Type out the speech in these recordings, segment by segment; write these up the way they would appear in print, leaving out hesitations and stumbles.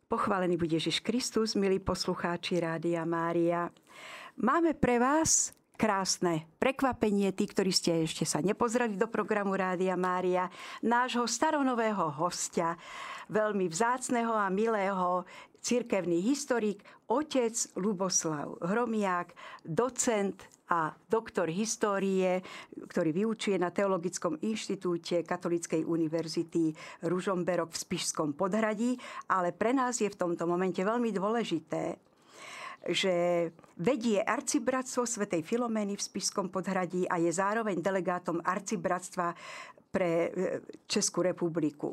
Pochválený bude Ježiš Kristus, milí poslucháči Rádia Mária. Máme pre vás krásne prekvapenie, tí, ktorí ste ešte sa nepozreli do programu Rádia Mária, nášho staronového hostia, veľmi vzácneho a milého cirkevný historik, otec Ľuboslav Hromiák, docent a doktor histórie, ktorý vyučuje na Teologickom inštitúte Katolíckej univerzity Ružomberok v Spišskom podhradí. Ale pre nás je v tomto momente veľmi dôležité, že vedie arcibratstvo svätej Filomény v Spišskom podhradí a je zároveň delegátom arcibratstva pre Českú republiku.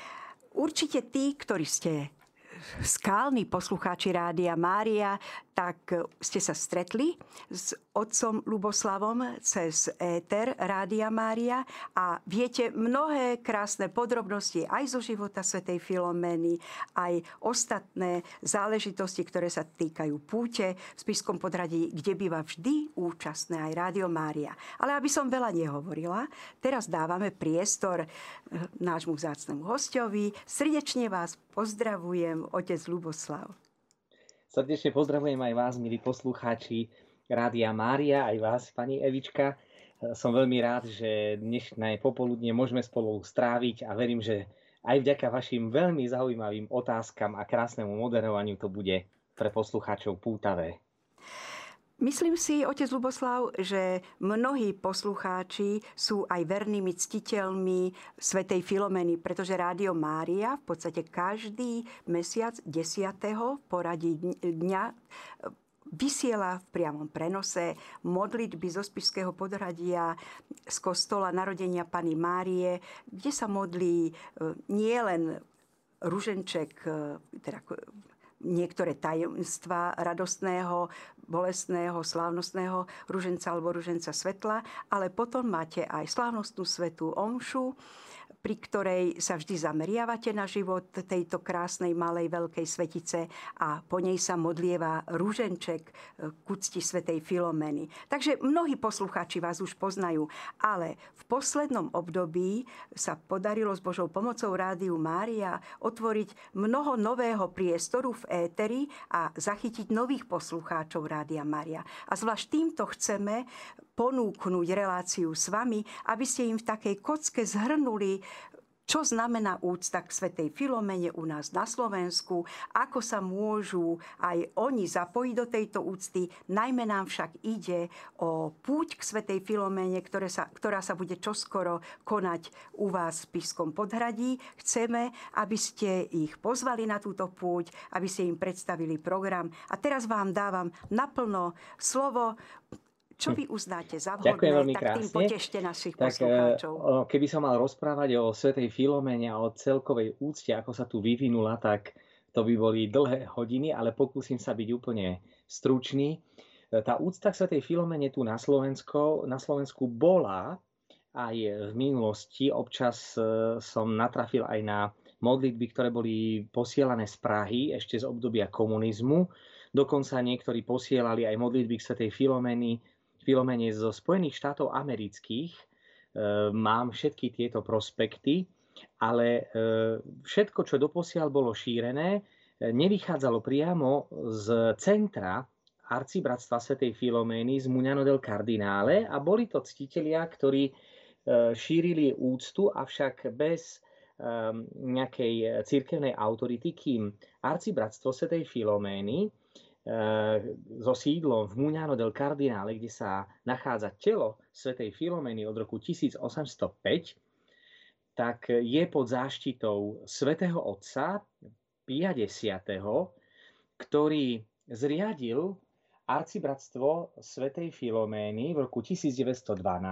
Určite tí, ktorí ste skálni poslucháči Rádia Mária, tak ste sa stretli s otcom Ľuboslavom cez éter Rádia Mária a viete mnohé krásne podrobnosti aj zo života svätej Filomény, aj ostatné záležitosti, ktoré sa týkajú púte v Spišskom podhradí, kde býva vždy účastné aj Rádio Mária. Ale aby som veľa nehovorila, teraz dávame priestor nášmu vzácnemu hosťovi. Srdečne vás pozdravujem, otec Ľuboslav. Srdečne pozdravujem aj vás, milí poslucháči Rádia Mária, aj vás, pani Evička. Som veľmi rád, že dnešné popoludne môžeme spolu stráviť a verím, že aj vďaka vašim veľmi zaujímavým otázkam a krásnemu moderovaniu to bude pre poslucháčov pútavé. Myslím si, otec Ľuboslav, že mnohí poslucháči sú aj vernými ctiteľmi svätej Filomény, pretože Rádio Mária v podstate každý mesiac 10. poradí dňa vysiela v priamom prenose modlitby zo Spišského podhradia z kostola Narodenia Panny Márie, kde sa modlí nielen ruženček, teda niektoré tajomstvá radostného, bolestného, slávnostného ruženca alebo ruženca svetla, ale potom máte aj slávnostnú svätú omšu, pri ktorej sa vždy zameriavate na život tejto krásnej, malej, veľkej svetice a po nej sa modlieva ruženček k úcti svätej Filomény. Takže mnohí poslucháči vás už poznajú, ale v poslednom období sa podarilo s Božou pomocou Rádiu Mária otvoriť mnoho nového priestoru v éteri a zachytiť nových poslucháčov Rádia Mária. A zvlášť týmto chceme ponúknuť reláciu s vami, aby ste im v takej kocke zhrnuli, čo znamená úcta k svätej Filoméne u nás na Slovensku, ako sa môžu aj oni zapojiť do tejto úcty. Najmä nám však ide o púť k svätej Filoméne, ktorá sa bude čoskoro konať u vás v Spišskom podhradí. Chceme, aby ste ich pozvali na túto púť, aby ste im predstavili program. A teraz vám dávam naplno slovo. Čo vy uznáte za vhodné, tak tým potešte našich poslucháčov. Keby som mal rozprávať o svätej Filoméne a o celkovej úcte, ako sa tu vyvinula, tak to by boli dlhé hodiny, ale pokúsim sa byť úplne stručný. Tá úcta k svätej Filoméne tu na Slovensku bola aj v minulosti. Občas som natrafil aj na modlitby, ktoré boli posielané z Prahy ešte z obdobia komunizmu. Dokonca niektorí posielali aj modlitby k svätej Filoméne zo Spojených štátov amerických. Mám všetky tieto prospekty, ale všetko, čo doposiaľ bolo šírené, nevychádzalo priamo z centra arcibratstva svätej Filomény z Mugnano del Cardinale a boli to ctitelia, ktorí šírili úctu, avšak bez nejakej cirkevnej autority, kým arcibratstvo svätej Filomény so sídlom v Mugnano del Cardinale, kde sa nachádza telo svätej Filomény od roku 1805, tak je pod záštitou svätého otca Pia X, ktorý zriadil arcibratstvo svätej Filomény v roku 1912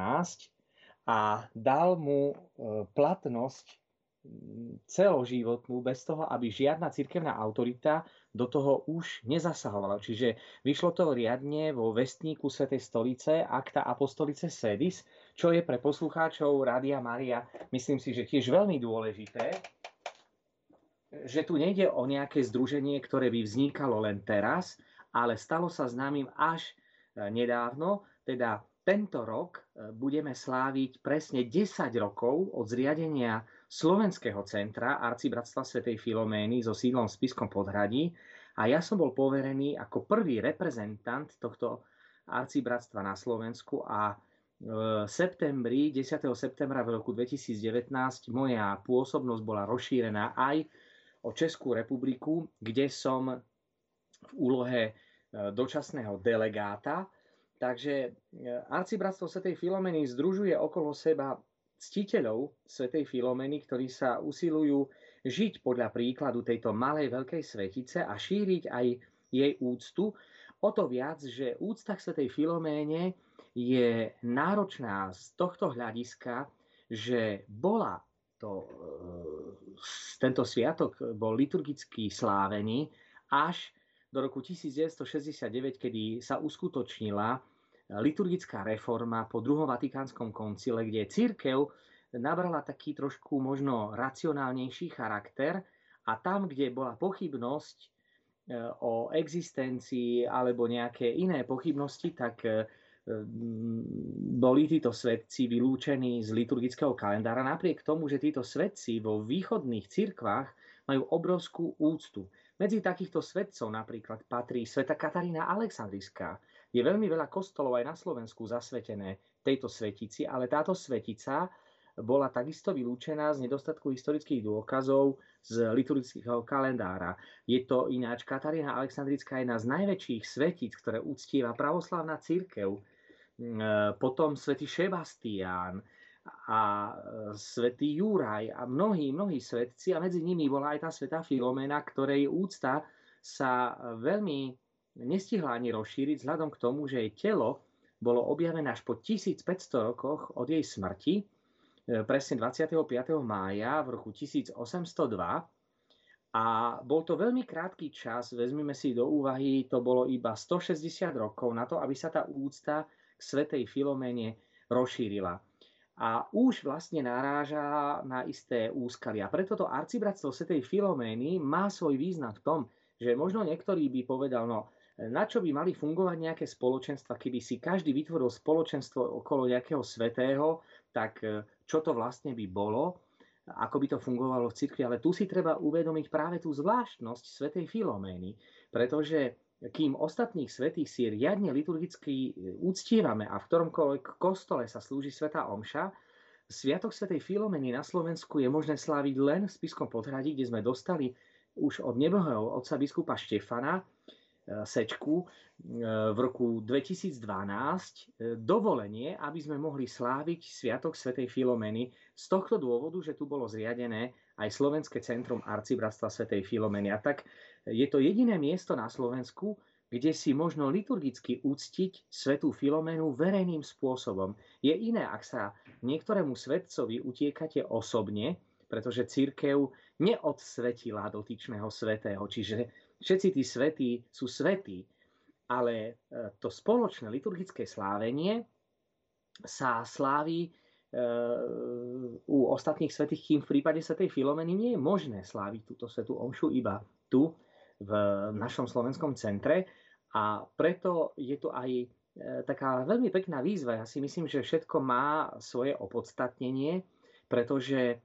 a dal mu platnosť celoživotnú, bez toho, aby žiadna cirkevná autorita do toho už nezasahovala. Čiže vyšlo to riadne vo vestníku Svätej stolice Acta Apostolicae Sedis, čo je pre poslucháčov Rádia Mária, myslím si, že tiež veľmi dôležité, že tu nejde o nejaké združenie, ktoré by vznikalo len teraz, ale stalo sa známym až nedávno, teda tento rok budeme sláviť presne 10 rokov od zriadenia Slovenského centra Arcibratstva svätej Filomény so sídlom v Spišskom podhradí a ja som bol poverený ako prvý reprezentant tohto arcibratstva na Slovensku a v septembri, 10. septembra v roku 2019 moja pôsobnosť bola rozšírená aj o Českú republiku, kde som v úlohe dočasného delegáta. Takže Arcibratstvo svätej Filomény združuje okolo seba ctiteľov svätej Filomény, ktorí sa usilujú žiť podľa príkladu tejto malej veľkej svetice a šíriť aj jej úctu. O to viac, že úcta k svätej Filoméne je náročná z tohto hľadiska, že tento sviatok bol liturgicky slávený až do roku 1969, kedy sa uskutočnila liturgická reforma po druhom Vatikánskom koncile, kde cirkev nabrala taký trošku možno racionálnejší charakter a tam, kde bola pochybnosť o existencii alebo nejaké iné pochybnosti, tak boli títo svätci vylúčení z liturgického kalendára, napriek tomu, že títo svätci vo východných cirkvách majú obrovskú úctu. Medzi takýchto svätcov napríklad patrí svätá Katarína Alexandrijská. Je veľmi veľa kostolov aj na Slovensku zasvetené tejto svetici, ale táto svetica bola takisto vylúčená z nedostatku historických dôkazov z liturgického kalendára. Je to ináč Katarína Alexandrijská jedna z najväčších svetíc, ktoré uctieva pravoslávna cirkev. Potom svätý Šebastián a svätý Juraj a mnohí svätci, a medzi nimi bola aj tá svätá Filoména, ktorej úcta sa veľmi nestihla ani rozšíriť vzhľadom k tomu, že jej telo bolo objavené až po 1500 rokoch od jej smrti, presne 25. mája v roku 1802. A bol to veľmi krátky čas, vezmime si do úvahy, to bolo iba 160 rokov na to, aby sa tá úcta k svätej Filoméne rozšírila. A už vlastne naráža na isté úskalia. Preto to arcibratstvo svätej Filomény má svoj význam v tom, že možno niektorý by povedal, no na čo by mali fungovať nejaké spoločenstva, keby si každý vytvoril spoločenstvo okolo nejakého svätého, tak čo to vlastne by bolo, ako by to fungovalo v cirkvi. Ale tu si treba uvedomiť práve tú zvláštnosť svätej Filomény, pretože kým ostatných svätých si riadne liturgicky uctievame a v ktoromkoľvek kostole sa slúži svätá omša, sviatok svätej Filomény na Slovensku je možné sláviť len v Spišskom podhradí, kde sme dostali už od nebohého otca biskupa Štefana Sečku v roku 2012 dovolenie, aby sme mohli sláviť sviatok svätej Filomény z tohto dôvodu, že tu bolo zriadené aj Slovenské centrum Arcibratstva svätej Filomény. A tak je to jediné miesto na Slovensku, kde si možno liturgicky uctiť svätú Filoménu verejným spôsobom. Je iné, ak sa niektorému svätcovi utiekate osobne, pretože cirkev neodsvetila dotyčného svätého. Čiže všetci tí svätí sú svätí, ale to spoločné liturgické slávenie sa slávi u ostatných svätých, kým v prípade svätej Filomény nie je možné sláviť túto svätú omšu iba tu, v našom slovenskom centre. A preto je to aj taká veľmi pekná výzva. Ja si myslím, že všetko má svoje opodstatnenie, pretože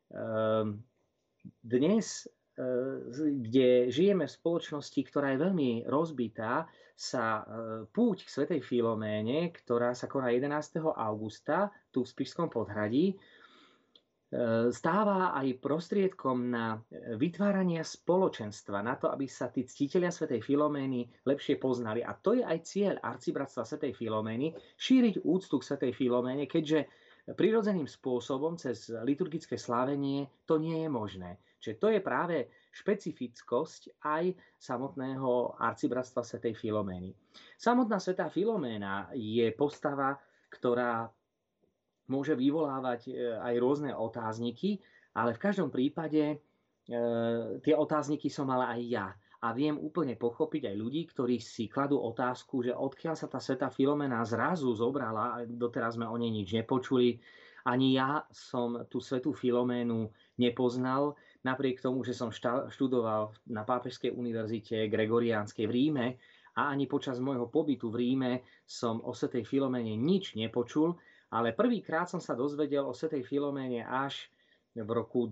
dnes, kde žijeme v spoločnosti, ktorá je veľmi rozbitá, sa púť k svätej Filoméne, ktorá sa koná 11. augusta tu v Spišskom podhradí, stáva aj prostriedkom na vytváranie spoločenstva, na to, aby sa tí ctitelia svätej Filomény lepšie poznali. A to je aj cieľ Arcibratstva svätej Filomény, šíriť úctu k svätej Filoméne, keďže prirodzeným spôsobom cez liturgické slávenie to nie je možné. Čiže to je práve špecifickosť aj samotného Arcibratstva svätej Filomény. Samotná svätá Filoména je postava, ktorá môže vyvolávať aj rôzne otázniky, ale v každom prípade tie otázniky som mala aj ja. A viem úplne pochopiť aj ľudí, ktorí si kladú otázku, že odkiaľ sa tá svätá Filoména zrazu zobrala, a doteraz sme o nej nič nepočuli. Ani ja som tú svätú Filoménu nepoznal, napriek tomu, že som študoval na Pápežskej univerzite Gregoriánskej v Ríme a ani počas môjho pobytu v Ríme som o svätej Filoméne nič nepočul, ale prvýkrát som sa dozvedel o svätej Filoméne až v roku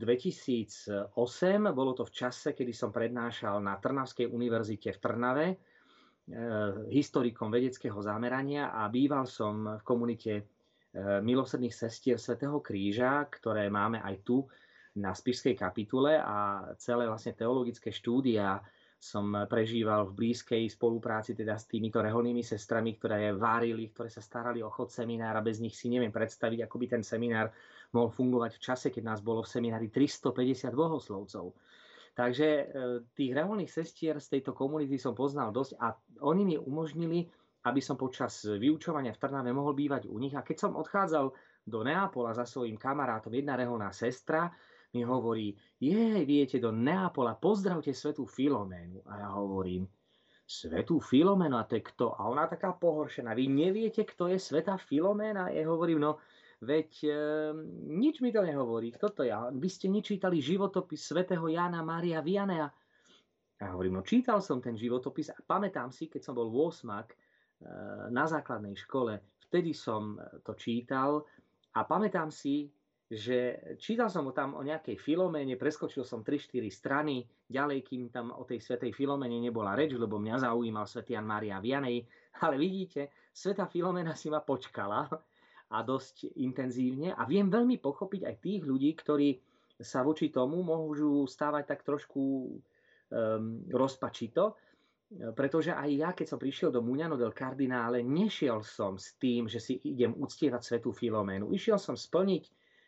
2008. Bolo to v čase, kedy som prednášal na Trnavskej univerzite v Trnave historikom vedeckého zamerania a býval som v komunite milosrdných sestier Svätého Kríža, ktoré máme aj tu na Spišskej kapitule, a celé vlastne teologické štúdia som prežíval v blízkej spolupráci teda s týmito reholnými sestrami, ktoré várili, ktoré sa starali o chod seminára. Bez nich si neviem predstaviť, ako by ten seminár mohol fungovať v čase, keď nás bolo v seminári 350 bohoslovcov. Takže tých reholných sestier z tejto komunity som poznal dosť a oni mi umožnili, aby som počas vyučovania v Trnave mohol bývať u nich. A keď som odchádzal do Neapola za svojím kamarátom, jedna reholná sestra mi hovorí: viete, do Neapola, pozdravte svätú Filoménu. A ja hovorím: svätú Filoménu, a to je kto? A ona taká pohoršená: vy neviete, kto je svätá Filoména? Ja hovorím: no veď nič mi to nehovorí. Kto to je? Vy ste nečítali životopis svätého Jána Mária Viannea? Ja hovorím: no čítal som ten životopis a pamätám si, keď som bol 8. Na základnej škole, vtedy som to čítal a pamätám si, že čítal som tam o nejakej Filoméne, preskočil som 3-4 strany ďalej, kým tam o tej svätej Filoméne nebola reč, lebo mňa zaujímal svätý Ján Mária Vianney. Ale vidíte, svätá Filoména si ma počkala a dosť intenzívne a viem veľmi pochopiť aj tých ľudí, ktorí sa voči tomu môžu stávať tak trošku rozpačito, pretože aj ja, keď som prišiel do Mugnano del Cardinale, nešiel som s tým, že si idem uctievať svätú Filoménu. Išiel som splniť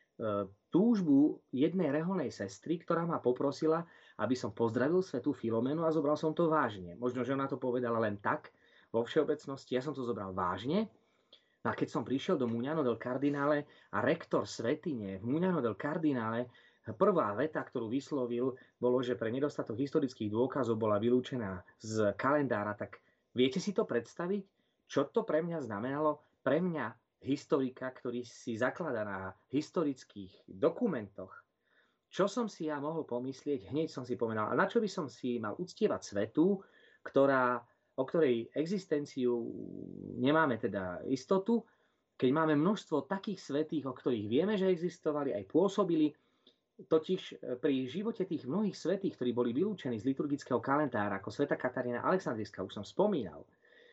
túžbu jednej reholnej sestry, ktorá ma poprosila, aby som pozdravil svätú Filoménu, a zobral som to vážne. Možno, že ona to povedala len tak vo všeobecnosti, ja som to zobral vážne. A keď som prišiel do Mugnano del Cardinale a rektor svätyne v Mugnano del Cardinale, prvá veta, ktorú vyslovil, bolo, že pre nedostatok historických dôkazov bola vylúčená z kalendára. Tak viete si to predstaviť? Čo to pre mňa znamenalo? Pre mňa, historika, ktorý si zakladá na historických dokumentoch, čo som si ja mohol pomyslieť, hneď som si povedal, a na čo by som si mal uctievať svetu, o ktorej existenciu nemáme teda istotu, keď máme množstvo takých svätých, o ktorých vieme, že existovali, aj pôsobili. Totiž pri živote tých mnohých svätých, ktorí boli vylúčení z liturgického kalendára, ako svätá Katarína Alexandrijská, už som spomínal,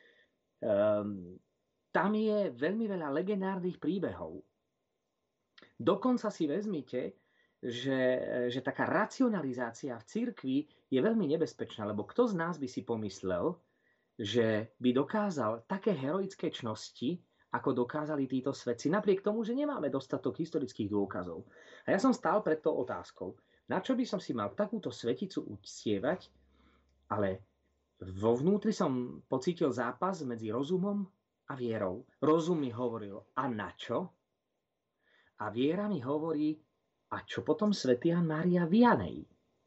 tam je veľmi veľa legendárnych príbehov. Dokonca si vezmite, že taká racionalizácia v cirkvi je veľmi nebezpečná, lebo kto z nás by si pomyslel, že by dokázal také heroické čnosti, ako dokázali títo svätci, napriek tomu, že nemáme dostatok historických dôkazov. A ja som stál pred tou otázkou, na čo by som si mal takúto sveticu uctievať, ale vo vnútri som pocítil zápas medzi rozumom a vierou. Rozum mi hovoril: a na čo? A viera mi hovorí: a čo potom svätý Ján Mária Vianney?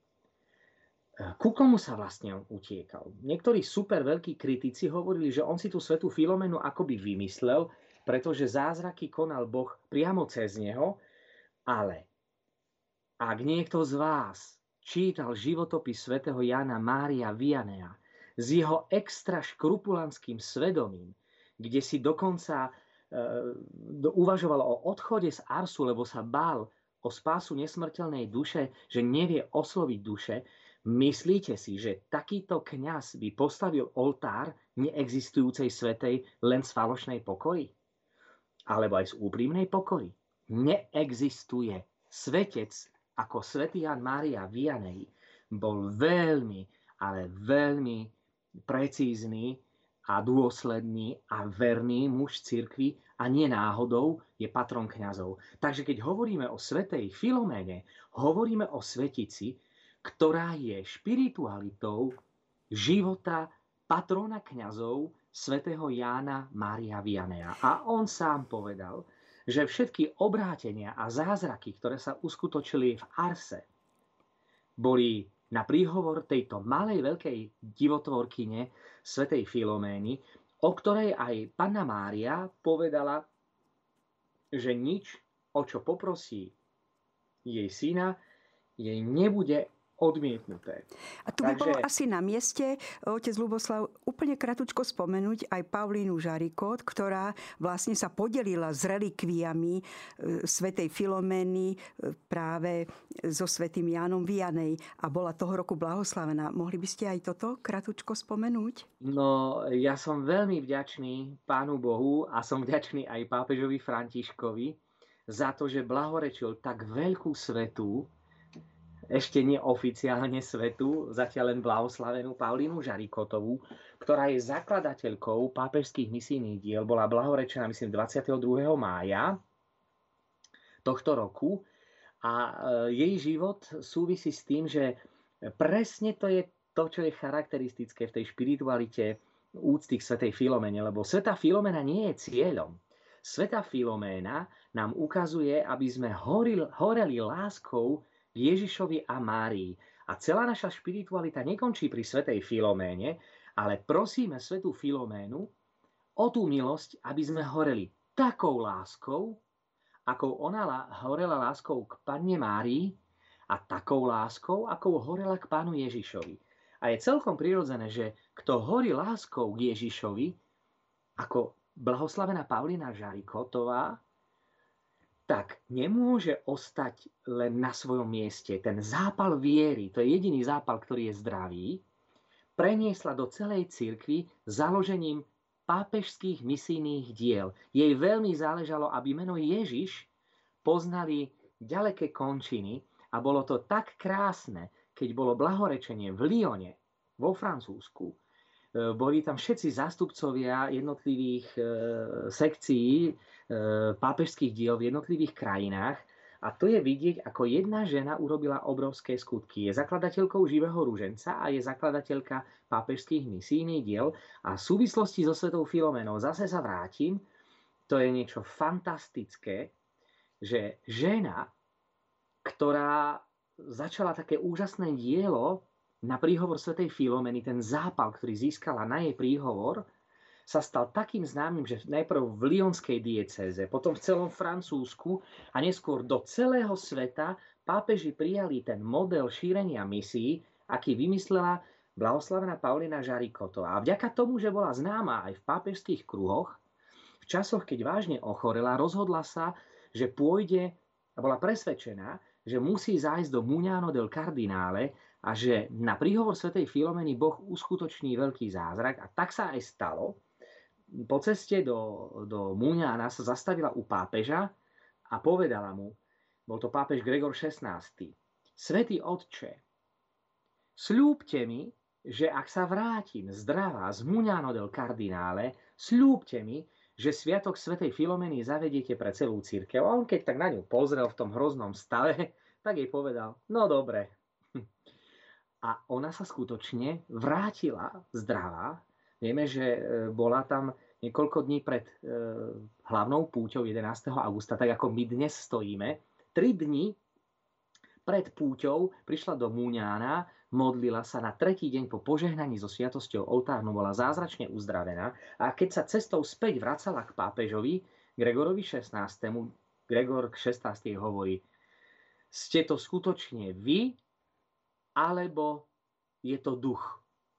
Ku komu sa vlastne on utiekal? Niektorí super veľkí kritici hovorili, že on si tú svätú Filoménu akoby vymyslel, pretože zázraky konal Boh priamo cez neho, ale ak niekto z vás čítal životopis svätého Jána Mária Viannea s jeho extra škrupulantským svedomím, kde si dokonca uvažoval o odchode z Arsu, lebo sa bál o spásu nesmrteľnej duše, že nevie osloviť duše, myslíte si, že takýto kňaz by postavil oltár neexistujúcej svätej len z falošnej pokory? Alebo aj z úprimnej pokory? Neexistuje. Svetec ako svätý Ján Mária Vianney bol veľmi, ale veľmi precízny a dôsledný a verný muž cirkvi a nie náhodou je patron kňazov. Takže keď hovoríme o svätej Filoméne, hovoríme o svetici, ktorá je špiritualitou života patrona kňazov svätého Jána Mária Viannea. A on sám povedal, že všetky obrátenia a zázraky, ktoré sa uskutočili v Arse, boli na príhovor tejto malej veľkej divotvorkyne svätej Filomény, o ktorej aj Panna Mária povedala, že nič, o čo poprosí jej syna, jej nebude odmietnuté. A tu by bolo asi na mieste, otec Ľuboslav, úplne kratučko spomenúť aj Paulínu Žarikot, ktorá vlastne sa podelila s relikviami svätej Filomény práve so svätým Jánom Vianej a bola toho roku blahoslavená. Mohli by ste aj toto kratučko spomenúť? No, ja som veľmi vďačný Pánu Bohu a som vďačný aj pápežovi Františkovi za to, že blahorečil tak veľkú svetu, ešte neoficiálne svetu, zatiaľ len blahoslavenú Paulínu Žarikotovú, ktorá je zakladateľkou pápežských misijných diel. Bola blahorečená, myslím, 22. mája tohto roku. A jej život súvisí s tým, že presne to je to, čo je charakteristické v tej špiritualite úcty k svätej Filoméne, lebo svätá Filoména nie je cieľom. Svätá Filoména nám ukazuje, aby sme horeli láskou Ježišovi a Márii. A celá naša špiritualita nekončí pri svätej Filoméne, ale prosíme svätú Filoménu o tú milosť, aby sme horeli takou láskou, akou ona horela láskou k Panne Márii a takou láskou, akou horela k Pánu Ježišovi. A je celkom prirodzené, že kto horí láskou k Ježišovi, ako blahoslavená Paulína Žarikotová, tak nemôže ostať len na svojom mieste. Ten zápal viery, to je jediný zápal, ktorý je zdravý, preniesla do celej cirkvi založením pápežských misijných diel. Jej veľmi záležalo, aby meno Ježiš poznali ďaleké končiny a bolo to tak krásne, keď bolo blahorečenie v Lyone, vo Francúzsku. Boli tam všetci zástupcovia jednotlivých sekcií pápežských diel v jednotlivých krajinách a to je vidieť, ako jedna žena urobila obrovské skutky. Je zakladateľkou Živého ruženca a je zakladateľka pápežských misijných diel a v súvislosti so svätou Filoménou zase sa vrátim, to je niečo fantastické, že žena, ktorá začala také úžasné dielo na príhovor svätej Filomény, ten zápal, ktorý získala na jej príhovor, sa stal takým známym, že najprv v lyonskej diecéze, potom v celom Francúzsku a neskôr do celého sveta pápeži prijali ten model šírenia misií, aký vymyslela blahoslavená Paulína Žarikotová. A vďaka tomu, že bola známa aj v pápežských kruhoch, v časoch, keď vážne ochorela, rozhodla sa, že pôjde a bola presvedčená, že musí zájsť do Mugnano del Cardinale a že na príhovor svätej Filomény Boh uskutoční veľký zázrak. A tak sa aj stalo. Po ceste do Mugnana sa zastavila u pápeža a povedala mu, bol to pápež Gregor XVI, Svätý Otče, sľúbte mi, že ak sa vrátim zdravá z Mugnano del Cardinale, sľúbte mi, že sviatok svätej Filomény zavediete pre celú cirkev. A on keď tak na ňu pozrel v tom hroznom stave, tak jej povedal, no dobre. A ona sa skutočne vrátila zdravá. Vieme, že bola tam niekoľko dní pred hlavnou púťou 11. augusta, tak ako my dnes stojíme. 3 dni pred púťou prišla do Mugnana, modlila sa na 3. deň po požehnaní so sviatosťou oltárnu, bola zázračne uzdravená a keď sa cestou späť vracala k pápežovi, Gregorovi XVI, Gregor XVI hovorí, ste to skutočne vy, alebo je to duch?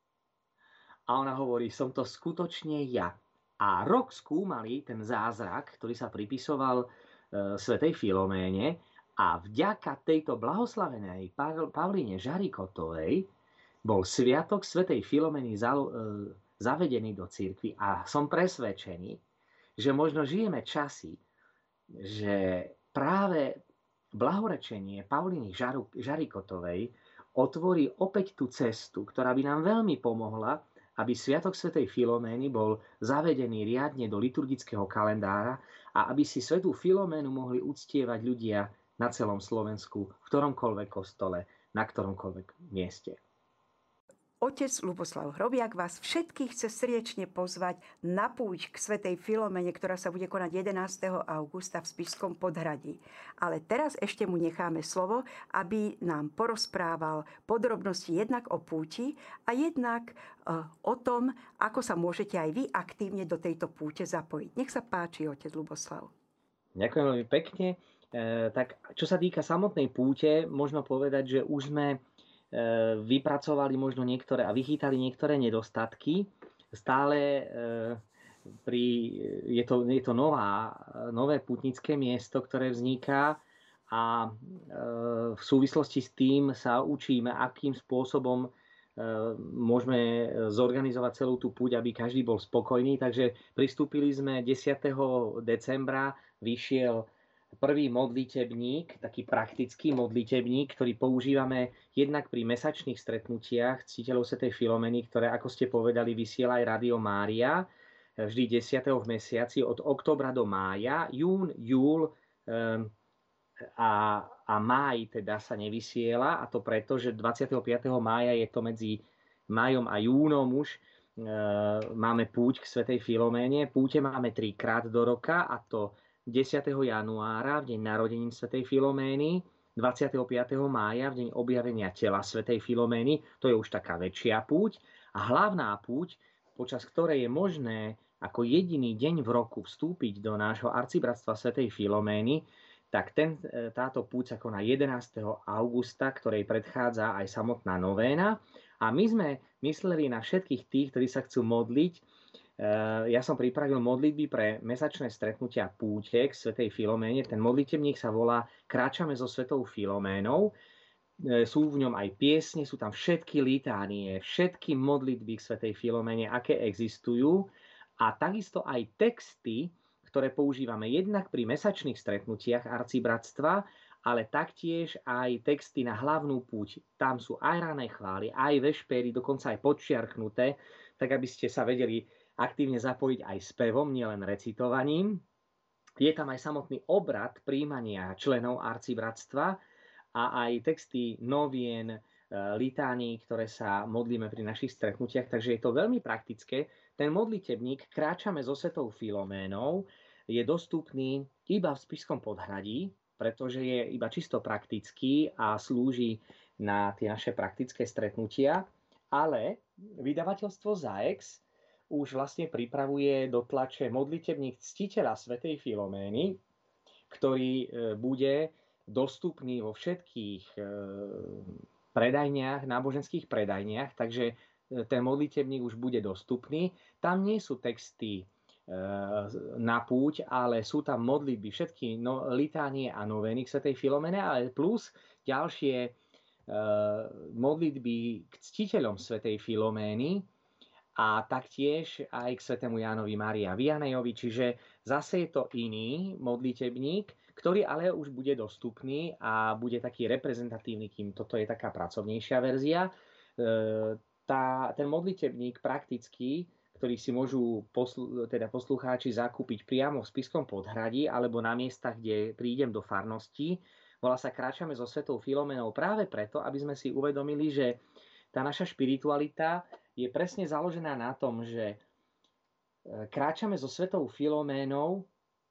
A ona hovorí, som to skutočne ja. A rok skúmali ten zázrak, ktorý sa pripisoval svätej Filoméne a vďaka tejto blahoslavenej Paulíne Žarikotovej bol sviatok svätej Filomény zavedený do cirkvi a som presvedčený, že možno žijeme časy, že práve blahorečenie Paulíny Žarikotovej otvorí opäť tú cestu, ktorá by nám veľmi pomohla, aby sviatok svätej Filomény bol zavedený riadne do liturgického kalendára a aby si svätú Filoménu mohli uctievať ľudia na celom Slovensku, v ktoromkoľvek kostole, na ktoromkoľvek mieste. Otec Ľuboslav Hrobiak vás všetkých chce srdečne pozvať na púť k svätej Filoméne, ktorá sa bude konať 11. augusta v Spišskom Podhradí. Ale teraz ešte mu necháme slovo, aby nám porozprával podrobnosti jednak o púti a jednak o tom, ako sa môžete aj vy aktívne do tejto púte zapojiť. Nech sa páči, otec Ľuboslav. Ďakujem veľmi pekne. Tak čo sa týka samotnej púte, možno povedať, že už sme vypracovali možno niektoré a vychytali niektoré nedostatky. Stále je to nové pútnické miesto, ktoré vzniká a v súvislosti s tým sa učíme, akým spôsobom môžeme zorganizovať celú tú púť, aby každý bol spokojný. Takže pristúpili sme 10. decembra, vyšiel prvý modlitebník, taký praktický modlitebník, ktorý používame jednak pri mesačných stretnutiach ctiteľov svätej Filomeny, ktoré, ako ste povedali, vysiela aj Rádio Mária vždy 10. v mesiaci od októbra do mája. Jún, júl a máj teda sa nevysiela, a to preto, že 25. mája je to medzi májom a júnom už máme púť k svätej Filoméne. Púte máme 3-krát do roka, a to 10. januára v deň narodenín svätej Filomény, 25. mája v deň objavenia tela svätej Filomény, to je už taká väčšia púť, a hlavná púť, počas ktorej je možné ako jediný deň v roku vstúpiť do nášho arcibratstva svätej Filomény, tak táto púť sa koná 11. augusta, ktorej predchádza aj samotná novéna. A my sme mysleli na všetkých tých, ktorí sa chcú modliť. Ja som pripravil modlitby pre mesačné stretnutia púte k svätej Filoméne. Ten modlitebník sa volá Kráčame so svätou Filoménou. Sú v ňom aj piesne, sú tam všetky litánie, všetky modlitby k svätej Filoméne, aké existujú, a takisto aj texty, ktoré používame jednak pri mesačných stretnutiach arcibratstva, ale taktiež aj texty na hlavnú púť. Tam sú aj rané chvály, aj vešpery, dokonca aj podčiarknuté, tak aby ste sa vedeli aktívne zapojiť aj spevom, nielen recitovaním. Je tam aj samotný obrad prijímania členov arcibratstva a aj texty novien, litánií, ktoré sa modlíme pri našich stretnutiach, takže je to veľmi praktické. Ten modlitebník Kráčame so svätou Filoménou je dostupný iba v Spišskom podhradí, pretože je iba čisto praktický a slúži na tie naše praktické stretnutia, ale vydavateľstvo ZAEX už vlastne pripravuje do tlače modlitebník ctiteľa svätej Filomény, ktorý bude dostupný vo všetkých predajniach, náboženských predajniach, takže ten modlitebník už bude dostupný. Tam nie sú texty na púť, ale sú tam modlitby, všetky litánie a novény k svätej Filomene, ale plus ďalšie modlitby k ctiteľom svätej Filomény a taktiež aj k svätému Jánovi Mária Vianejovi, čiže zase je to iný modlitebník, ktorý ale už bude dostupný a bude taký reprezentatívny, kým toto je taká pracovnejšia verzia. Ten modlitebník praktický, ktorý si môžu poslucháči zakúpiť priamo v Spišskom podhradí alebo na miestach, kde prídem do farnosti, volá sa Kráčame so svätou Filoménou práve preto, aby sme si uvedomili, že tá naša špiritualita je presne založená na tom, že kráčame so svätou Filoménou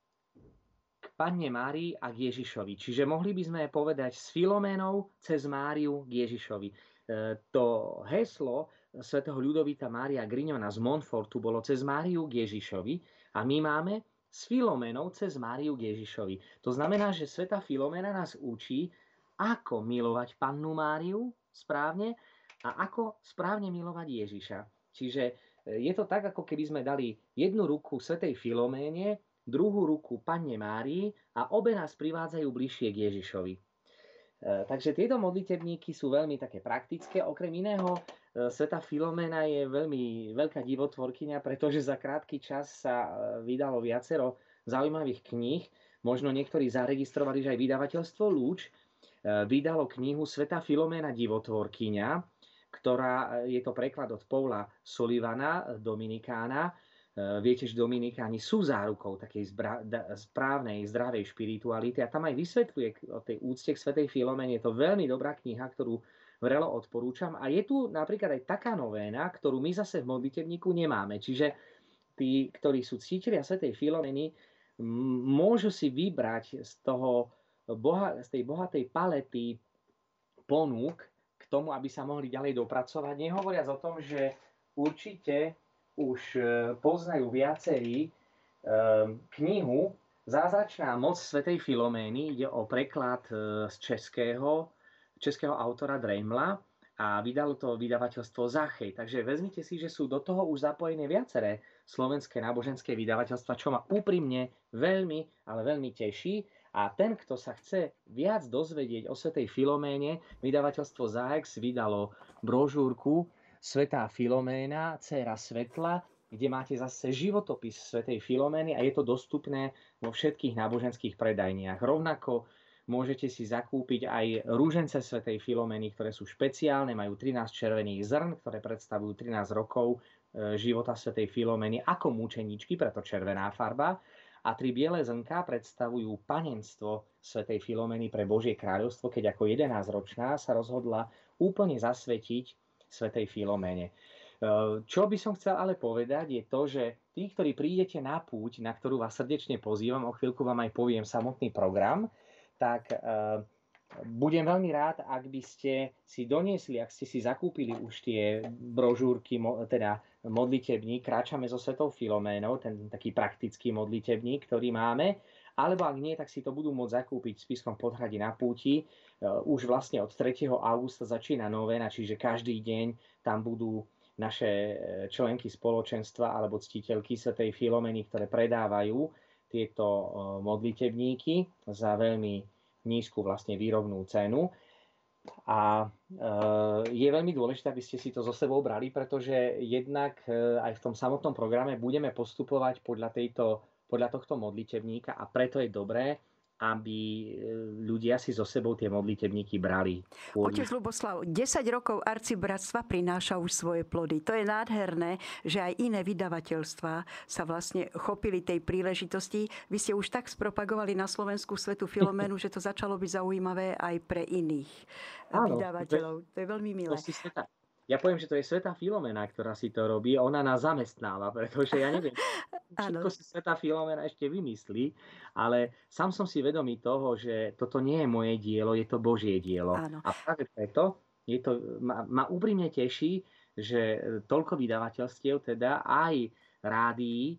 k Panne Márii a k Ježišovi. Čiže mohli by sme povedať s Filoménou cez Máriu k Ježišovi. To heslo svätého Ľudovita Mária Grignona z Montfortu bolo cez Máriu k Ježišovi, a my máme s Filoménou cez Máriu k Ježišovi. To znamená, že svätá Filoména nás učí, ako milovať Pannu Máriu správne a ako správne milovať Ježiša. Čiže je to tak, ako keby sme dali jednu ruku svätej Filoméne, druhú ruku Panne Márii a obe nás privádzajú bližšie k Ježišovi. Takže tieto modlitebníky sú veľmi také praktické. Okrem iného, svätá Filoména je veľmi veľká divotvorkyňa, pretože za krátky čas sa vydalo viacero zaujímavých kníh. Možno niektorí zaregistrovali, že aj vydavateľstvo Lúč vydalo knihu Svätá Filoména divotvorkyňa, ktorá je to preklad od Paula Sullivana, Dominikána. Viete, že Dominikáni sú zárukou takej správnej, zdravej špirituality, a tam aj vysvetľuje o tej úcte k svätej Filoméne. Je to veľmi dobrá kniha, ktorú vrelo odporúčam. A je tu napríklad aj taká novéna, ktorú my zase v modlitebníku nemáme. Čiže tí, ktorí sú ctitelia svätej Filomény, môžu si vybrať z tej bohatej palety ponúk k tomu, aby sa mohli ďalej dopracovať. Nehovoriac o tom, že určite už poznajú viacerí knihu Zázračná moc svätej Filomény. Ide o preklad z českého autora Drejmla, a vydalo to vydavateľstvo Zachej. Takže vezmite si, že sú do toho už zapojené viaceré slovenské náboženské vydavateľstva, čo ma úprimne veľmi, ale veľmi teší. A ten, kto sa chce viac dozvedieť o svätej Filoméne, vydavateľstvo Zahex vydalo brožúrku Svätá Filoména, dcéra svetla, kde máte zase životopis svätej Filomény a je to dostupné vo všetkých náboženských predajniach. Rovnako môžete si zakúpiť aj rúžence svätej Filomény, ktoré sú špeciálne, majú 13 červených zrn, ktoré predstavujú 13 rokov života svätej Filomény ako mučeničky, preto červená farba. A 3 biele zrnká predstavujú panenstvo svätej Filomény pre Božie kráľovstvo, keď ako 11-ročná sa rozhodla úplne zasvetiť svätej Filoméne. Čo by som chcel ale povedať je to, že tí, ktorí prídete na púť, na ktorú vás srdečne pozývam, o chvíľku vám aj poviem samotný program, tak budem veľmi rád, ak by ste si doniesli, ak ste si zakúpili už tie brožúrky, teda modlitebník Kráčame so svätou Filoménou, ten taký praktický modlitebník, ktorý máme, alebo ak nie, tak si to budú môcť zakúpiť v Spišskom Podhradí na púti. Už vlastne od 3. augusta začína novena, čiže každý deň tam budú naše členky spoločenstva alebo ctiteľky svätej Filomény, ktoré predávajú tieto modlitebníky za veľmi nízku vlastne výrobnú cenu. A je veľmi dôležité, aby ste si to so sebou brali, pretože jednak aj v tom samotnom programe budeme postupovať podľa tohto modlitebníka a preto je dobré, aby ľudia si so sebou tie modlitebníky brali. Otec Ľuboslav, 10 rokov arcibratstva prináša už svoje plody. To je nádherné, že aj iné vydavateľstvá sa vlastne chopili tej príležitosti. Vy ste už tak spropagovali na Slovensku svätú Filoménu, že to začalo byť zaujímavé aj pre iných vydavateľov. To je veľmi milé. Ja poviem, že to je svätá Filoména, ktorá si to robí. Ona nás zamestnáva, pretože ja neviem, všetko si svätá Filoména ešte vymyslí, ale sám som si vedomý toho, že toto nie je moje dielo, je to Božie dielo. Áno. A práve preto ma úprimne teší, že toľko vydavateľstiev, teda aj rádií,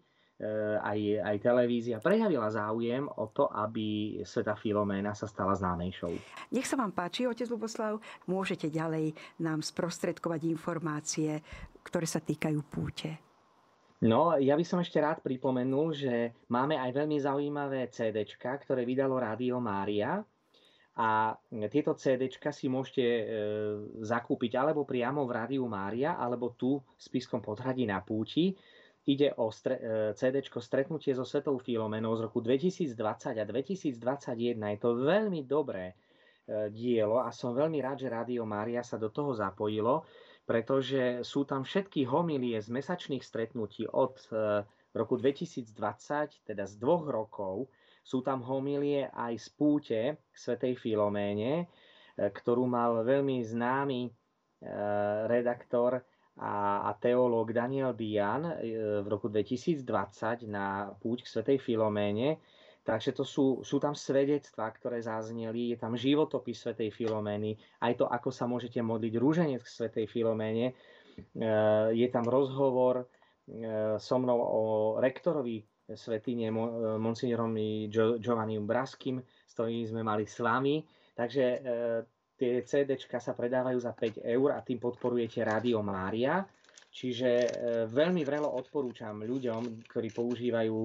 aj televízia prejavila záujem o to, aby svätá Filoména sa stala známejšou. Nech sa vám páči, otec Ľuboslav, môžete ďalej nám sprostredkovať informácie, ktoré sa týkajú púte. No, ja by som ešte rád pripomenul, že máme aj veľmi zaujímavé CDčka, ktoré vydalo Rádio Mária. A tieto CDčka si môžete zakúpiť alebo priamo v Rádiu Mária, alebo tu v Spišskom Podhradí na púti. Ide o CDčko Stretnutie so svätou Filoménou z roku 2020 a 2021. Je to veľmi dobré dielo a som veľmi rád, že Rádio Mária sa do toho zapojilo, pretože sú tam všetky homilie z mesačných stretnutí od roku 2020, teda z 2 rokov. Sú tam homilie aj z púte k svätej Filoméne, ktorú mal veľmi známy redaktor a teológ Daniel Bian v roku 2020 na púť k svätej Filoméne. Takže to sú tam svedectvá, ktoré zazneli, je tam životopis svätej Filomény, aj to, ako sa môžete modliť rúženec k svätej Filoméne. Je tam rozhovor so mnou o rektorovi svätyne monsignorom Giovannim Braským, s ktorým sme mali s vami. Takže tie CDčka sa predávajú za 5 € a tým podporujete Rádio Mária. Čiže veľmi vrelo odporúčam ľuďom, ktorí používajú,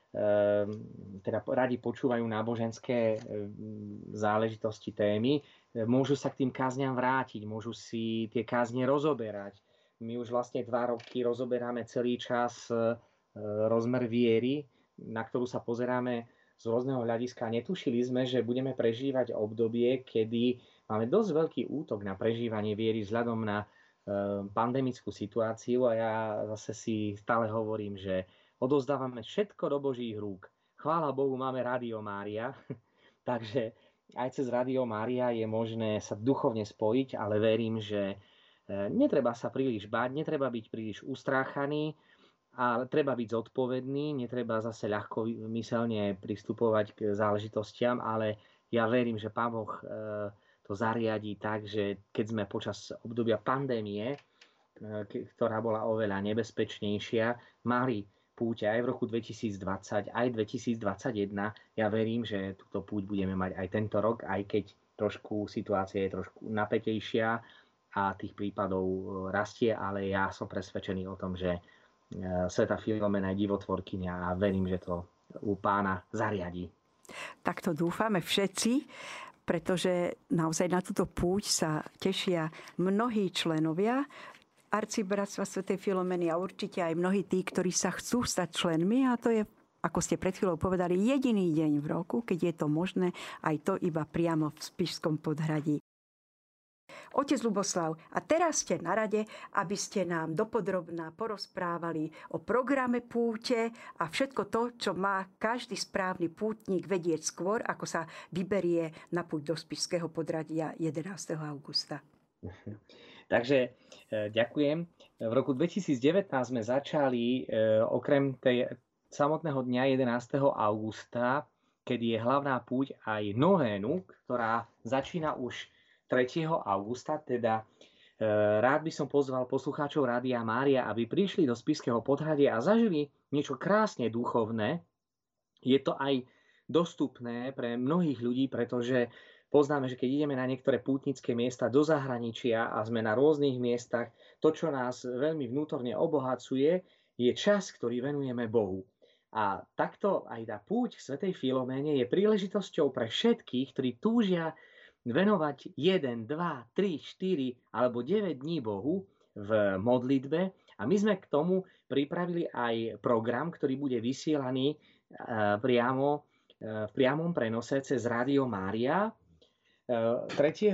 teda radi počúvajú náboženské záležitosti, témy, môžu sa k tým kázňam vrátiť, môžu si tie kázne rozoberať. My už vlastne 2 roky rozoberáme celý čas rozmer viery, na ktorú sa pozeráme z rôzneho hľadiska. Netušili sme, že budeme prežívať obdobie, kedy máme dosť veľký útok na prežívanie viery vzhľadom na pandemickú situáciu a ja zase si stále hovorím, že odovzdávame všetko do Božích rúk. Chvála Bohu, máme Rádio Mária, takže aj cez Rádio Mária je možné sa duchovne spojiť, ale verím, že netreba sa príliš báť, netreba byť príliš ustráchaný, a treba byť zodpovedný, netreba zase ľahko myselne pristupovať k záležitostiam, ale ja verím, že Pán Boh to zariadí tak, že keď sme počas obdobia pandémie, ktorá bola oveľa nebezpečnejšia, mali púť aj v roku 2020, aj 2021, ja verím, že túto púť budeme mať aj tento rok, aj keď trošku situácia je trošku napätejšia, a tých prípadov rastie, ale ja som presvedčený o tom, že svätá Filomena je divotvorkyňa a verím, že to u Pána zariadí. Tak to dúfame všetci, pretože naozaj na túto púť sa tešia mnohí členovia Arcibratstva svätej Filomeny a určite aj mnohí tí, ktorí sa chcú stať členmi, a to je, ako ste pred chvíľou povedali, jediný deň v roku, keď je to možné, aj to iba priamo v Spišskom Podhradí. Otec Ľuboslav, a teraz ste na rade, aby ste nám dopodrobná porozprávali o programe púte a všetko to, čo má každý správny pútnik vedieť skôr, ako sa vyberie na púť do Spišského Podradia 11. augusta. Takže ďakujem. V roku 2019 sme začali okrem tej samotného dňa 11. augusta, kedy je hlavná púť, aj novénu, ktorá začína už 3. augusta. Teda rád by som pozval poslucháčov Rádia Mária, aby prišli do Spišského Podhradia a zažili niečo krásne duchovné. Je to aj dostupné pre mnohých ľudí, pretože poznáme, že keď ideme na niektoré pútnické miesta do zahraničia a sme na rôznych miestach, to, čo nás veľmi vnútorne obohacuje, je čas, ktorý venujeme Bohu. A takto aj tá púť k svätej Filoméne je príležitosťou pre všetkých, ktorí túžia venovať 1, 2, 3, 4 alebo 9 dní Bohu v modlitbe. A my sme k tomu pripravili aj program, ktorý bude vysielaný priamo v priamom prenose cez Rádio Mária. 3.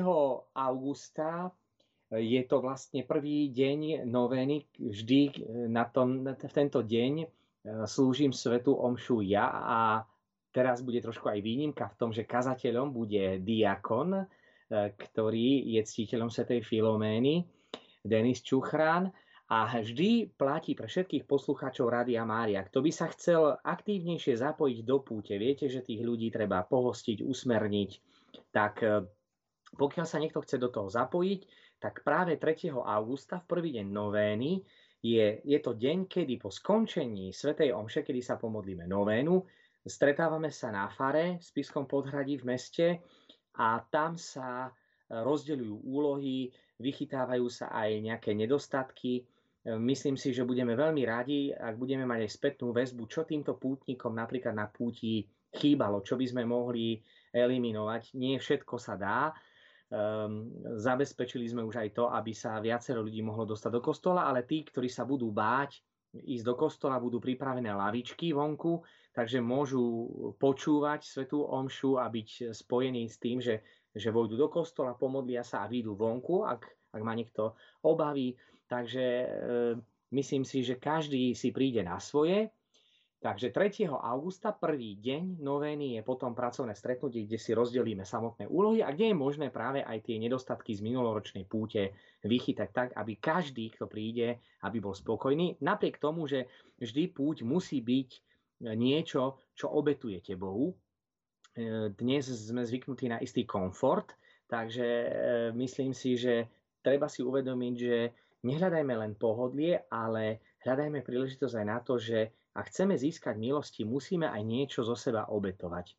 augusta je to vlastne prvý deň novény. Vždy v tento deň slúžim svätú omšu ja, a teraz bude trošku aj výnimka v tom, že kazateľom bude diakon, ktorý je ctiteľom svätej Filomény, Denis Čuchrán. A vždy platí pre všetkých poslucháčov Rádia Mária. Kto by sa chcel aktívnejšie zapojiť do púte, viete, že tých ľudí treba pohostiť, usmerniť, tak pokiaľ sa niekto chce do toho zapojiť, tak práve 3. augusta, v prvý deň novény, je to deň, kedy po skončení svätej omše, kedy sa pomodlíme novénu, stretávame sa na fare v Spišskom Podhradí v meste a tam sa rozdeľujú úlohy, vychytávajú sa aj nejaké nedostatky. Myslím si, že budeme veľmi radi, ak budeme mať aj spätnú väzbu, čo týmto pútnikom napríklad na púti chýbalo, čo by sme mohli eliminovať. Nie všetko sa dá. Zabezpečili sme už aj to, aby sa viacero ľudí mohlo dostať do kostola, ale tí, ktorí sa budú báť ísť do kostola, budú pripravené lavičky vonku, takže môžu počúvať svätú omšu a byť spojení s tým, že vojdu do kostola, pomodlia sa a výjdu vonku, ak má niekto obavy. Takže myslím si, že každý si príde na svoje. Takže 3. augusta, prvý deň novény, je potom pracovné stretnutie, kde si rozdelíme samotné úlohy a kde je možné práve aj tie nedostatky z minuloročnej púte vychytať tak, aby každý, kto príde, aby bol spokojný. Napriek tomu, že vždy púť musí byť niečo, čo obetujete Bohu. Dnes sme zvyknutí na istý komfort, takže myslím si, že treba si uvedomiť, že nehľadajme len pohodlie, ale hľadajme príležitosť aj na to, že ak chceme získať milosti, musíme aj niečo zo seba obetovať.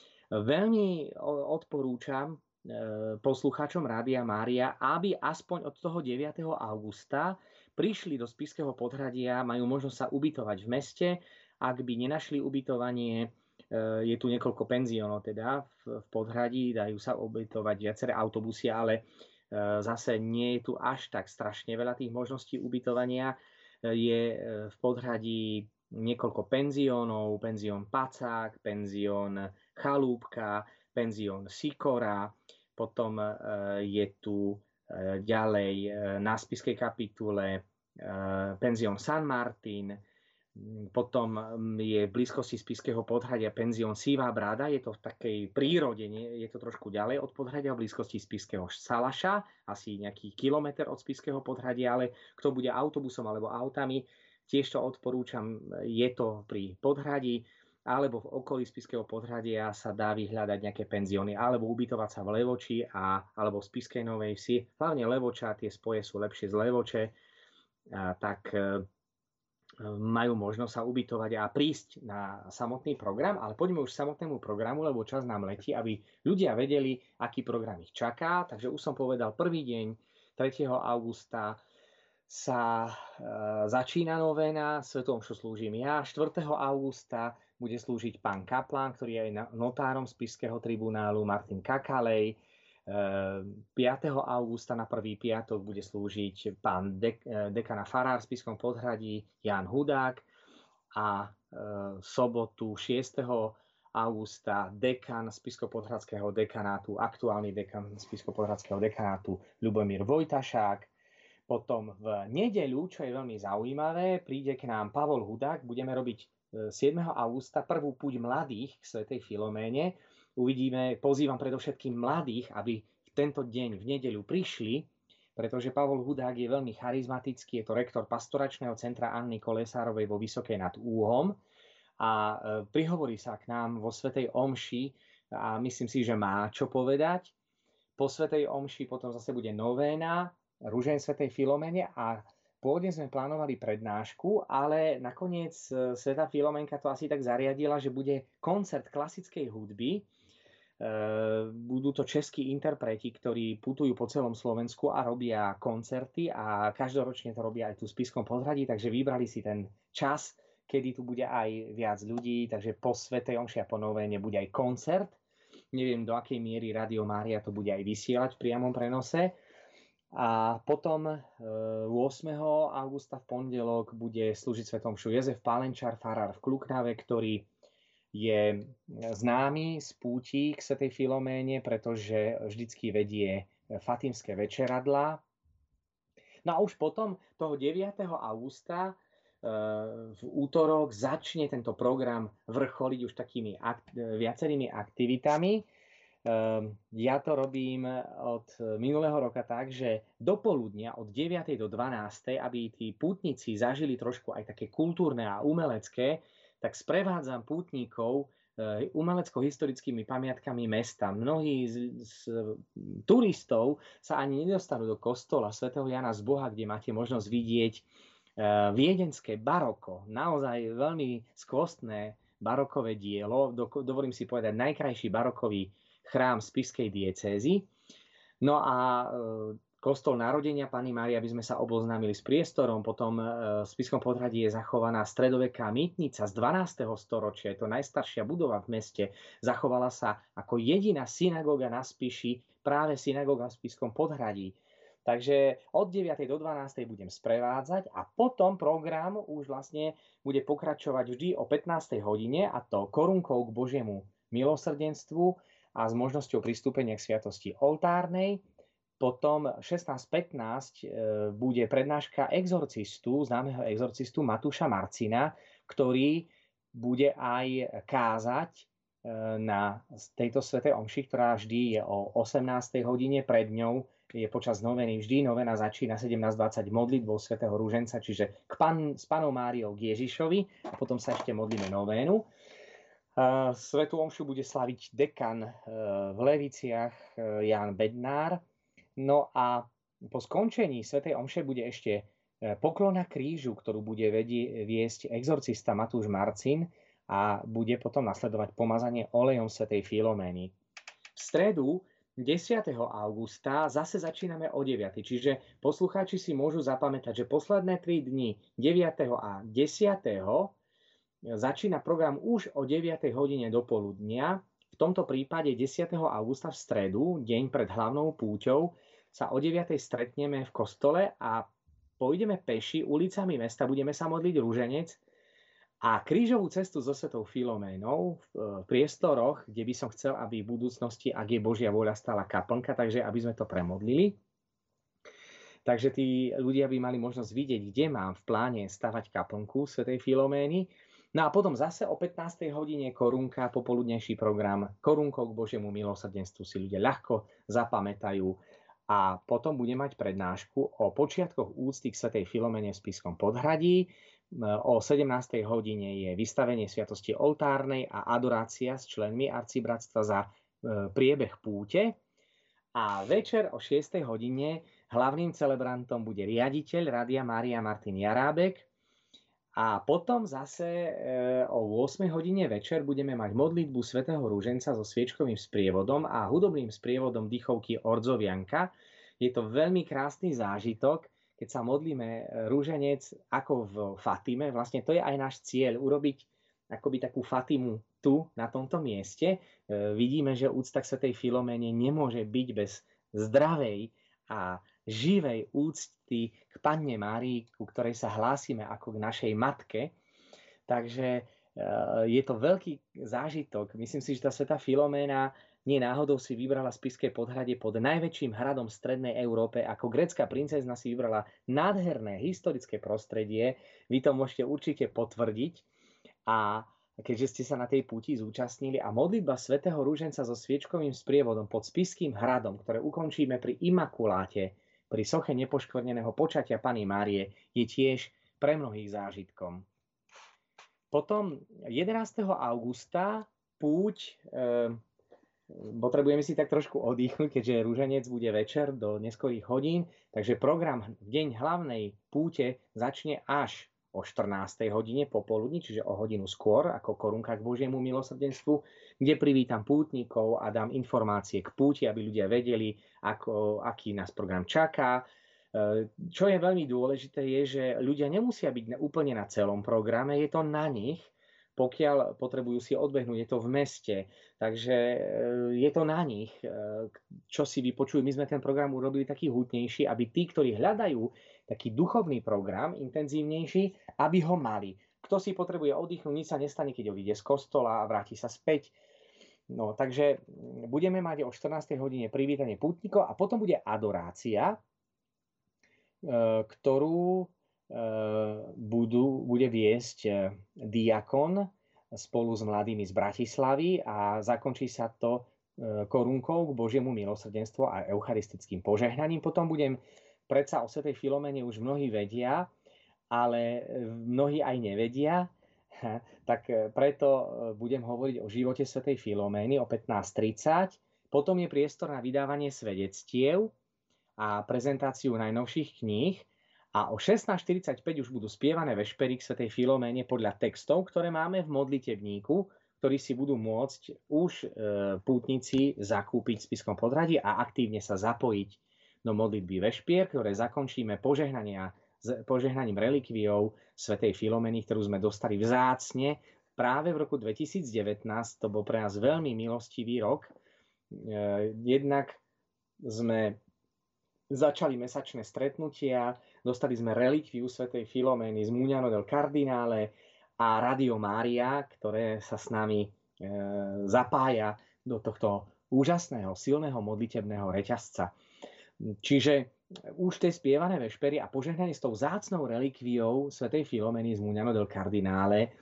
Veľmi odporúčam poslucháčom Rádia Mária, aby aspoň od toho 9. augusta prišli do Spišského Podhradia, majú možnosť sa ubytovať v meste. Ak by nenašli ubytovanie, je tu niekoľko penziónov teda v Podhradí, dajú sa ubytovať viaceré autobusy, ale zase nie je tu až tak strašne veľa tých možností ubytovania. Je v Podhradí niekoľko penziónov, penzión Pacák, penzión Chalúbka, penzión Sikora, potom je tu ďalej na Spišskej kapitule penzión San Martin, potom je v blízkosti Spišského Podhradia penzión Sivá Brada, je to v takej prírode, je to trošku ďalej od Podhradia, v blízkosti Spišského Salaša, asi nejaký kilometr od Spišského Podhradia, ale kto bude autobusom alebo autami, tiež to odporúčam, je to pri Podhradí, alebo v okolí Spišského Podhradia sa dá vyhľadať nejaké penzióny, alebo ubytovať sa v Levoči alebo v Spišskej Novej Vsi. Hlavne Levoča, tie spoje sú lepšie z Levoče, tak majú možnosť sa ubytovať a prísť na samotný program, ale poďme už k samotnému programu, lebo čas nám letí, aby ľudia vedeli, aký program ich čaká. Takže už som povedal, prvý deň 3. augusta sa začína novéna, svätú omšu slúžim ja. 4. augusta bude slúžiť pán kaplán, ktorý je aj notárom Spišského tribunálu, Martin Kakalej. 5. augusta na prvý piatok bude slúžiť pán dekana farár v Spišskom podhradí Ján Hudák a sobotu 6. augusta dekan Spišsko-podhradského dekanátu, aktuálny dekan Spišsko-podhradského dekanátu Ľubomír Vojtašák. Potom v nedeľu, čo je veľmi zaujímavé, príde k nám Pavol Hudák. Budeme robiť 7. augusta prvú púť mladých k svätej Filoméne. Pozývam predovšetkým mladých, aby v tento deň, v nedeľu prišli, pretože Pavol Hudák je veľmi charizmatický, je to rektor pastoračného centra Anny Kolesárovej vo Vysokej nad Úhom a prihovorí sa k nám vo svätej omši a myslím si, že má čo povedať. Po svätej omši potom zase bude novéna, Ruženec svätej Filomene a pôvodne sme plánovali prednášku, ale nakoniec svätá Filomenka to asi tak zariadila, že bude koncert klasickej hudby. Budú to českí interpreti, ktorí putujú po celom Slovensku a robia koncerty a každoročne to robia aj tu v Spišskom podhradí, takže vybrali si ten čas, kedy tu bude aj viac ľudí, takže po svätej omši a po novéne bude aj koncert. Neviem, do akej miery Rádio Mária to bude aj vysielať v priamom prenose. A potom 8. augusta v pondelok bude slúžiť svätú omšu Jozef Pálenčár, farár v Kluknave, ktorý je známy z púti k svätej Filoméne, pretože vždycky vedie fatimské večeradlá. No a už potom toho 9. augusta v útorok začne tento program vrcholiť už takými viacerými aktivitami. Ja to robím od minulého roka tak, že do poludnia od 9. do 12. aby tí pútnici zažili trošku aj také kultúrne a umelecké, tak sprevádzam pútnikov umelecko-historickými pamiatkami mesta. Mnohí z turistov sa ani nedostanú do kostola svätého Jana z Boha, kde máte možnosť vidieť viedenské baroko. Naozaj veľmi skvostné barokové dielo. Dovolím si povedať najkrajší barokový chrám spišskej diecézy. No a kostol narodenia Panny Márie, aby sme sa oboznámili s priestorom. Potom v Spišskom podhradí je zachovaná stredoveká mýtnica z 12. storočia. Je to najstaršia budova v meste. Zachovala sa ako jediná synagóga na Spiši, práve synagóga v Spišskom podhradí. Takže od 9. do 12. budem sprevádzať a potom program už vlastne bude pokračovať vždy o 15. hodine, a to korunkou k Božiemu milosrdenstvu a s možnosťou pristúpenia k sviatosti oltárnej. Potom 16:15 bude prednáška známeho exorcistu Matúša Marcina, ktorý bude aj kázať na tejto svätej omši, ktorá vždy je o 18. hodine. Pred ňou je počas noveny vždy. Novena začína 17:20 modlitbou svätého Ruženca, čiže s Pannou Máriou k Ježišovi a potom sa ešte modlíme novénu. Svätú omšu bude slaviť dekan v Leviciach Ján Bednár. No a po skončení svätej omše bude ešte poklona krížu, ktorú bude viesť exorcista Matúš Marcin a bude potom nasledovať pomazanie olejom svätej Filomény. V stredu 10. augusta zase začíname o 9. Čiže poslucháči si môžu zapamätať, že posledné 3 dni 9. a 10. začína program už o 9. hodine do poludnia. V tomto prípade 10. augusta v stredu, deň pred hlavnou púťou, sa o 9. stretneme v kostole a pôjdeme peši ulicami mesta, budeme sa modliť ruženec a krížovú cestu so svätou Filoménou v priestoroch, kde by som chcel, aby v budúcnosti, ak je Božia vôľa, stala kaplnka, takže aby sme to premodlili. Takže tí ľudia by mali možnosť vidieť, kde mám v pláne stavať kaplnku svätej Filomény. No a potom zase o 15. hodine korunka, popoludnejší program korunkou k Božiemu milosrdenstvu si ľudia ľahko zapamätajú. A potom bude mať prednášku o počiatkoch úcty k svätej Filomene v Spišskom podhradí. O 17. hodine je vystavenie sviatosti oltárnej a adorácia s členmi arcibratstva za priebeh púte. A večer o 6. hodine hlavným celebrantom bude riaditeľ Rádia Mária Martin Jarábek. A potom zase o 8. hodine večer budeme mať modlitbu svätého Ruženca so sviečkovým sprievodom a hudobným sprievodom dychovky Ordzovianka. Je to veľmi krásny zážitok, keď sa modlíme rúženec ako v Fatime. Vlastne to je aj náš cieľ, urobiť akoby takú Fatimu tu, na tomto mieste. Vidíme, že úcta k svätej Filoméne nemôže byť bez zdravej a živej úcty k Panne Márii, ku ktorej sa hlásime ako k našej matke. Takže je to veľký zážitok. Myslím si, že tá svätá Filoména nie náhodou si vybrala Spišské podhradie pod najväčším hradom v strednej Európe. Ako grécka princezna si vybrala nádherné historické prostredie. Vy to môžete určite potvrdiť. A keďže ste sa na tej púti zúčastnili, a modlitba svätého Rúženca so sviečkovým sprievodom pod Spišským hradom, ktoré ukončíme pri Imakuláte, pri soche nepoškvrneného počatia Panny Márie, je tiež pre mnohých zážitkom. Potom 11. augusta púť, potrebujeme si tak trošku oddychnúť, keďže rúženec bude večer do neskorých hodín, takže program v deň hlavnej púte začne až o 14. hodine popoludní, čiže o hodinu skôr, ako korunka k Božiemu milosrdenstvu, kde privítam pútnikov a dám informácie k púti, aby ľudia vedeli, aký nás program čaká. Čo je veľmi dôležité, je, že ľudia nemusia byť úplne na celom programe, je to na nich, pokiaľ potrebujú si odbehnúť, je to v meste, takže je to na nich, čo si vypočujú. My sme ten program urobili taký hutnejší, aby tí, ktorí hľadajú taký duchovný program, intenzívnejší, aby ho mali. Kto si potrebuje oddychnúť, nič sa nestane, keď odíde z kostola a vráti sa späť. No, takže budeme mať o 14. hodine privítanie pútnikov a potom bude adorácia, ktorú bude viesť diakon spolu s mladými z Bratislavy a zakončí sa to korunkou k Božiemu milosrdenstvu a eucharistickým požehnaním. Potom predsa o svätej Filoméne už mnohí vedia, ale mnohí aj nevedia, tak preto budem hovoriť o živote svätej Filomény o 15:30. Potom je priestor na vydávanie svedectiev a prezentáciu najnovších kníh. A o 16:45 už budú spievané vešpery k svätej Filoméne podľa textov, ktoré máme v modlitebníku, ktorý si budú môcť už pútnici zakúpiť v Spišskom podhradí a aktívne sa zapojiť do modlitby vešpier, ktoré zakončíme požehnaním relikviou svätej Filomény, ktorú sme dostali vzácne práve v roku 2019. To bol pre nás veľmi milostivý rok. Jednak sme začali mesačné stretnutia, dostali sme relikviu svätej Filomény z Mugnano del Cardinale a Radio Mária, ktoré sa s nami zapája do tohto úžasného, silného modlitebného reťazca. Čiže už tie spievané vešpery a požehnanie s tou vzácnou relikviou svätej Filomény z Mugnano del Cardinale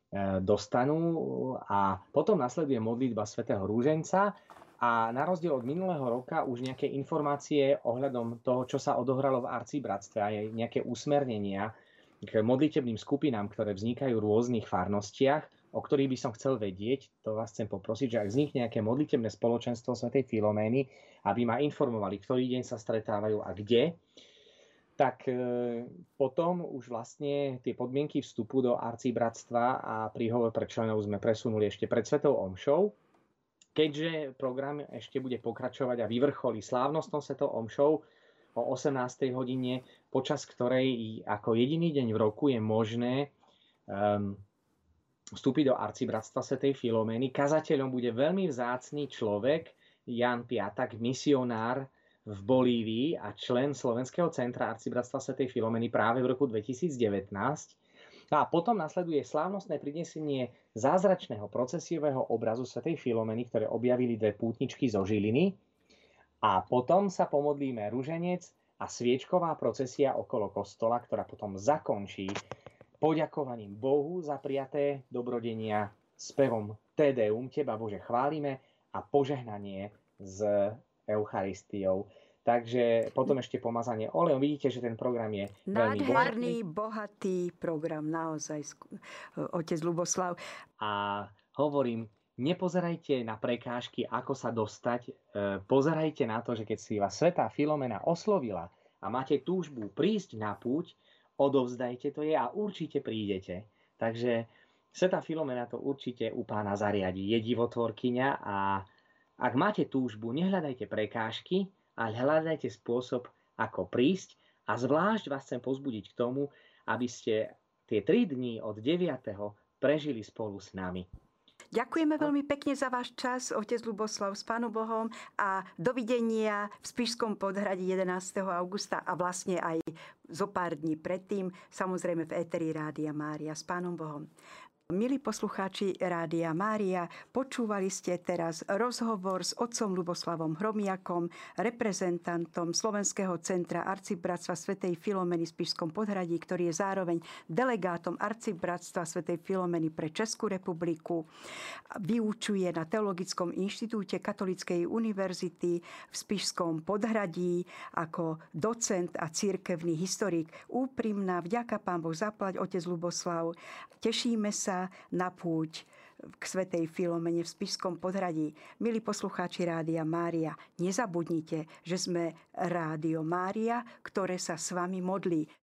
dostanú a potom nasleduje modlitba svätého Rúženca. A na rozdiel od minulého roka už nejaké informácie ohľadom toho, čo sa odohralo v arcibratstve, aj nejaké usmernenia k modlitebným skupinám, ktoré vznikajú v rôznych farnostiach, o ktorých by som chcel vedieť, to vás chcem poprosiť, že ak vznikne nejaké modlitebné spoločenstvo svätej Filomény, aby ma informovali, ktorý deň sa stretávajú a kde, tak potom už vlastne tie podmienky vstupu do arcibratstva a príhovor pre členov sme presunuli ešte pred svetou omšou. Keďže program ešte bude pokračovať a vyvrcholí slávnostnou svetou omšou o 18. hodine, počas ktorej ako jediný deň v roku je možné vstúpiť do arcibratstva svätej Filomény. Kazateľom bude veľmi vzácny človek, Jan Piatak, misionár v Bolívii a člen Slovenského centra arcibratstva svätej Filomény práve v roku 2019. A potom nasleduje slávnostné prinesenie zázračného procesiového obrazu svätej Filomény, ktoré objavili dve pútničky zo Žiliny. A potom sa pomodlíme ruženec a sviečková procesia okolo kostola, ktorá potom zakončí poďakovaním Bohu za prijaté dobrodenia, spevom Te Deum, Teba Bože chválime a požehnanie s Eucharistiou. Takže potom ešte pomazanie olejom. Vidíte, že ten program je veľmi nádherný, bohatý program, naozaj, otec Ľuboslav. A hovorím, nepozerajte na prekážky, ako sa dostať. Pozerajte na to, že keď si vás svätá Filomena oslovila a máte túžbu prísť na púť, odovzdajte to jej a určite prídete. Takže svätá Filomena to určite u Pána zariadi. Je divotvorkyňa a ak máte túžbu, nehľadajte prekážky, ale hľadajte spôsob, ako prísť a zvlášť vás chcem povzbudiť k tomu, aby ste tie 3 dní od 9. prežili spolu s nami. Ďakujeme veľmi pekne za váš čas, otec Ľuboslav, s Pánom Bohom a dovidenia v Spišskom Podhradí 11. augusta a vlastne aj zo pár dní predtým, samozrejme v éteri Rádia Mária. S Pánom Bohom. Milí poslucháči Rádia Mária, počúvali ste teraz rozhovor s otcom Ľuboslavom Hromiakom, reprezentantom Slovenského centra Arcibratstva svätej Filomeny v Spišskom Podhradí, ktorý je zároveň delegátom Arcibratstva svätej Filomeny pre Českú republiku. Vyučuje na Teologickom inštitúte Katolíckej univerzity v Spišskom Podhradí ako docent a cirkevný historik. Úprimná vďaka, Pán Boh zaplať, otec Ľuboslav. Tešíme sa na púť k svätej Filomene v Spišskom Podhradí. Milí poslucháči Rádia Mária, nezabudnite, že sme Rádio Mária, ktoré sa s vami modlí.